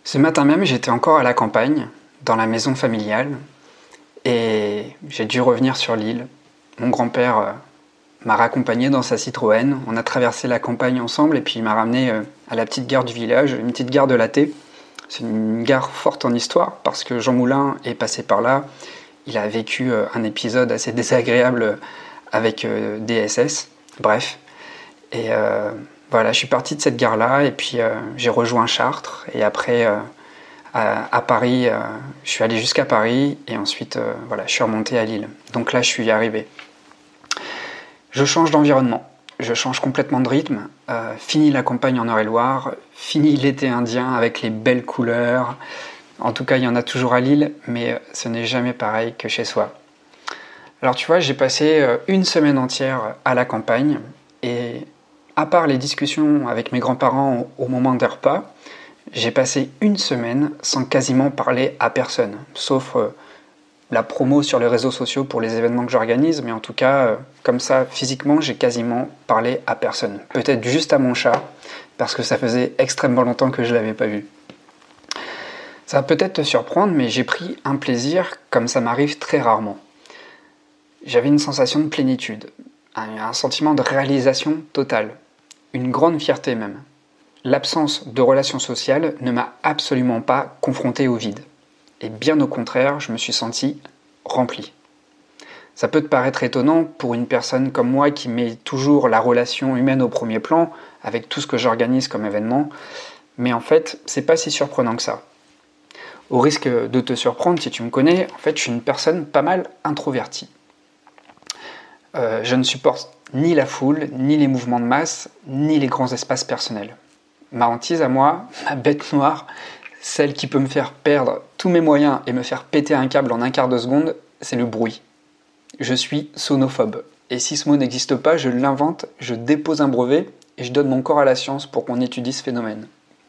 Ce matin même, j'étais encore à la campagne, dans la maison familiale, et j'ai dû revenir sur l'île. Mon grand-père m'a raccompagné dans sa Citroën. On a traversé la campagne ensemble et puis il m'a ramené à la petite gare du village, une petite gare de la Thé. C'est une gare forte en histoire parce que Jean Moulin est passé par là. Il a vécu un épisode assez désagréable avec des SS. Bref. Et voilà, je suis parti de cette gare-là et puis j'ai rejoint Chartres. Et après, à Paris, je suis allé jusqu'à Paris et ensuite, voilà, je suis remonté à Lille. Donc là, je suis arrivé. Je change d'environnement, je change complètement de rythme. Fini la campagne en Eure-et-Loire, fini l'été indien avec les belles couleurs. En tout cas, il y en a toujours à Lille, mais ce n'est jamais pareil que chez soi. Alors tu vois, j'ai passé une semaine entière à la campagne et à part les discussions avec mes grands-parents au moment des repas, j'ai passé une semaine sans quasiment parler à personne, sauf la promo sur les réseaux sociaux pour les événements que j'organise, mais en tout cas, comme ça, physiquement, j'ai quasiment parlé à personne. Peut-être juste à mon chat, parce que ça faisait extrêmement longtemps que je ne l'avais pas vu. Ça va peut-être te surprendre, mais j'ai pris un plaisir comme ça m'arrive très rarement. J'avais une sensation de plénitude, un sentiment de réalisation totale, une grande fierté même. L'absence de relations sociales ne m'a absolument pas confronté au vide. Et bien au contraire, je me suis senti rempli. Ça peut te paraître étonnant pour une personne comme moi qui met toujours la relation humaine au premier plan, avec tout ce que j'organise comme événement, mais en fait, c'est pas si surprenant que ça. Au risque de te surprendre, si tu me connais, en fait, je suis une personne pas mal introvertie. Je ne supporte ni la foule, ni les mouvements de masse, ni les grands espaces personnels. Ma hantise à moi, ma bête noire, celle qui peut me faire perdre tous mes moyens et me faire péter un câble en un quart de seconde, c'est le bruit. Je suis sonophobe. Et si ce mot n'existe pas, je l'invente, je dépose un brevet et je donne mon corps à la science pour qu'on étudie ce phénomène.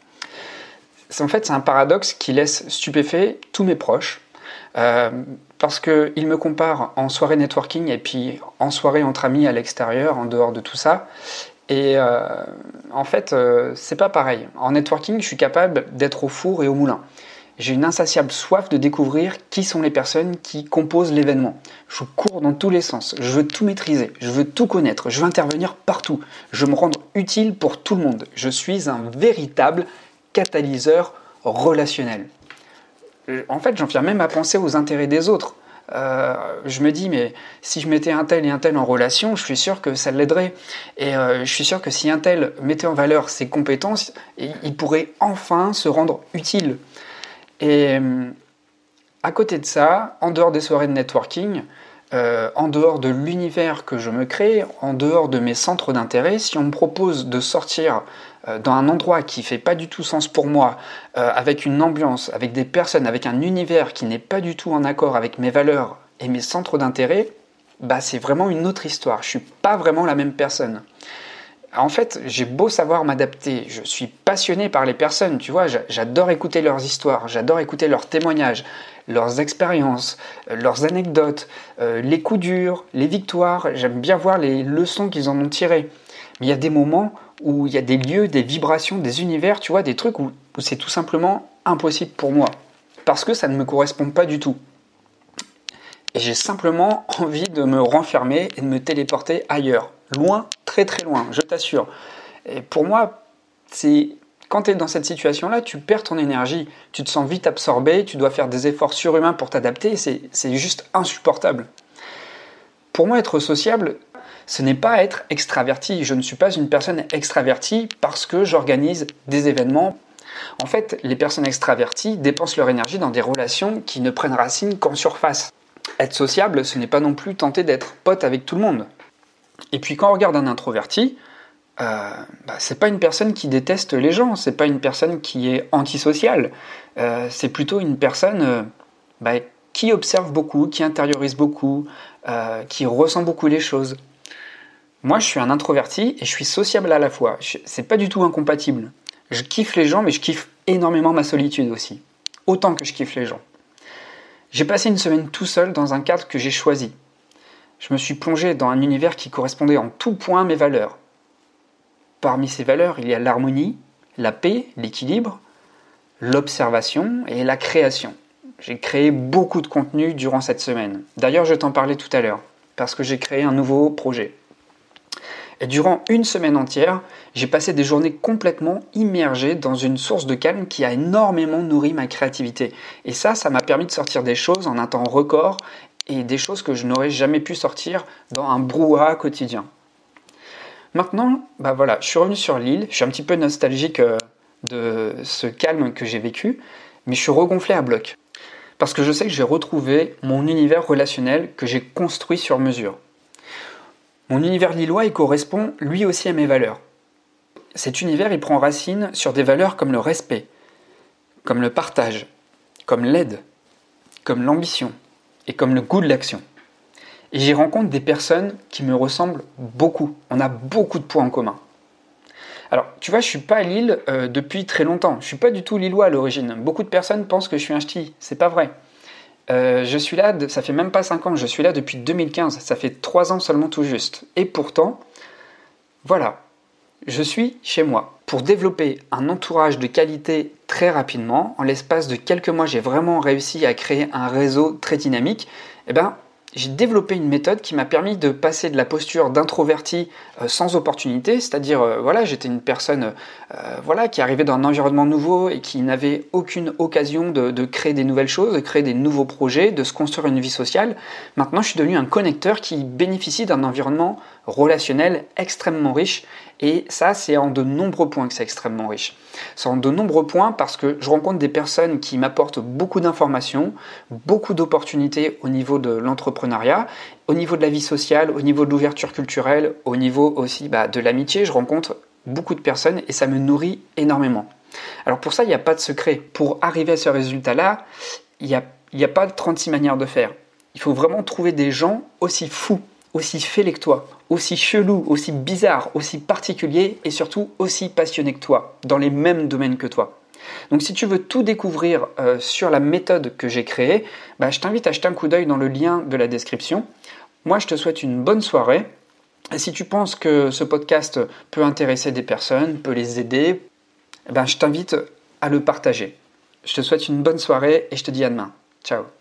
En fait, c'est un paradoxe qui laisse stupéfait tous mes proches, parce qu'ils me comparent en soirée networking et puis en soirée entre amis à l'extérieur, en dehors de tout ça. Et en fait, c'est pas pareil. En networking, je suis capable d'être au four et au moulin. J'ai une insatiable soif de découvrir qui sont les personnes qui composent l'événement. Je cours dans tous les sens, je veux tout maîtriser, je veux tout connaître, je veux intervenir partout. Je veux me rendre utile pour tout le monde. Je suis un véritable catalyseur relationnel. En fait, j'en viens même à penser aux intérêts des autres. Je me dis, mais si je mettais un tel et un tel en relation, je suis sûr que ça l'aiderait. Et je suis sûr que si un tel mettait en valeur ses compétences, il pourrait enfin se rendre utile. Et à côté de ça, en dehors des soirées de networking, en dehors de l'univers que je me crée, en dehors de mes centres d'intérêt, si on me propose de sortir dans un endroit qui fait pas du tout sens pour moi, avec une ambiance, avec des personnes, avec un univers qui n'est pas du tout en accord avec mes valeurs et mes centres d'intérêt, bah c'est vraiment une autre histoire. Je suis pas vraiment la même personne. En fait, j'ai beau savoir m'adapter, je suis passionné par les personnes, tu vois, j'adore écouter leurs histoires, j'adore écouter leurs témoignages, leurs expériences, leurs anecdotes, les coups durs, les victoires, j'aime bien voir les leçons qu'ils en ont tirées. Mais il y a des moments où il y a des lieux, des vibrations, des univers, tu vois, des trucs où c'est tout simplement impossible pour moi, parce que ça ne me correspond pas du tout. Et j'ai simplement envie de me renfermer et de me téléporter ailleurs, loin, très très loin, je t'assure. Et pour moi, quand tu es dans cette situation-là, tu perds ton énergie, tu te sens vite absorbé, tu dois faire des efforts surhumains pour t'adapter, c'est juste insupportable. Pour moi, être sociable, ce n'est pas être extraverti. Je ne suis pas une personne extravertie parce que j'organise des événements. En fait, les personnes extraverties dépensent leur énergie dans des relations qui ne prennent racine qu'en surface. Être sociable, ce n'est pas non plus tenter d'être pote avec tout le monde. Et puis quand on regarde un introverti, c'est pas une personne qui déteste les gens, c'est pas une personne qui est antisociale, c'est plutôt une personne qui observe beaucoup, qui intériorise beaucoup, qui ressent beaucoup les choses. Moi, je suis un introverti et je suis sociable à la fois. C'est pas du tout incompatible. Je kiffe les gens, mais je kiffe énormément ma solitude aussi. Autant que je kiffe les gens. J'ai passé une semaine tout seul dans un cadre que j'ai choisi. Je me suis plongé dans un univers qui correspondait en tout point à mes valeurs. Parmi ces valeurs, il y a l'harmonie, la paix, l'équilibre, l'observation et la création. J'ai créé beaucoup de contenu durant cette semaine. D'ailleurs, je t'en parlais tout à l'heure, parce que j'ai créé un nouveau projet. Et durant une semaine entière, j'ai passé des journées complètement immergées dans une source de calme qui a énormément nourri ma créativité. Et ça m'a permis de sortir des choses en un temps record et des choses que je n'aurais jamais pu sortir dans un brouhaha quotidien. Maintenant, je suis revenu sur l'île, je suis un petit peu nostalgique de ce calme que j'ai vécu, mais je suis regonflé à bloc. Parce que je sais que j'ai retrouvé mon univers relationnel que j'ai construit sur mesure. Mon univers lillois, il correspond lui aussi à mes valeurs. Cet univers, il prend racine sur des valeurs comme le respect, comme le partage, comme l'aide, comme l'ambition et comme le goût de l'action. Et j'y rencontre des personnes qui me ressemblent beaucoup. On a beaucoup de points en commun. Alors, tu vois, je suis pas à Lille depuis très longtemps. Je suis pas du tout lillois à l'origine. Beaucoup de personnes pensent que je suis un ch'ti. C'est pas vrai. Je suis là, ça fait même pas 5 ans, je suis là depuis 2015, ça fait 3 ans seulement tout juste. Et pourtant, voilà, je suis chez moi. Pour développer un entourage de qualité très rapidement, en l'espace de quelques mois, j'ai vraiment réussi à créer un réseau très dynamique. J'ai développé une méthode qui m'a permis de passer de la posture d'introverti sans opportunité, c'est-à-dire j'étais une personne qui arrivait dans un environnement nouveau et qui n'avait aucune occasion de créer des nouvelles choses, de créer des nouveaux projets, de se construire une vie sociale. Maintenant, je suis devenu un connecteur qui bénéficie d'un environnement relationnel extrêmement riche, et ça, c'est en de nombreux points que c'est extrêmement riche. C'est en de nombreux points parce que je rencontre des personnes qui m'apportent beaucoup d'informations, beaucoup d'opportunités au niveau de l'entrepreneuriat, au niveau de la vie sociale, au niveau de l'ouverture culturelle, au niveau aussi de l'amitié. Je rencontre beaucoup de personnes et ça me nourrit énormément. Alors pour ça, il n'y a pas de secret. Pour arriver à ce résultat-là, il n'y a pas de 36 manières de faire. Il faut vraiment trouver des gens aussi fous, aussi fêlés que toi, aussi chelous, aussi bizarres, aussi particuliers et surtout aussi passionnés que toi, dans les mêmes domaines que toi. Donc si tu veux tout découvrir sur la méthode que j'ai créée, je t'invite à jeter un coup d'œil dans le lien de la description. Moi, je te souhaite une bonne soirée. Et si tu penses que ce podcast peut intéresser des personnes, peut les aider, je t'invite à le partager. Je te souhaite une bonne soirée et je te dis à demain. Ciao.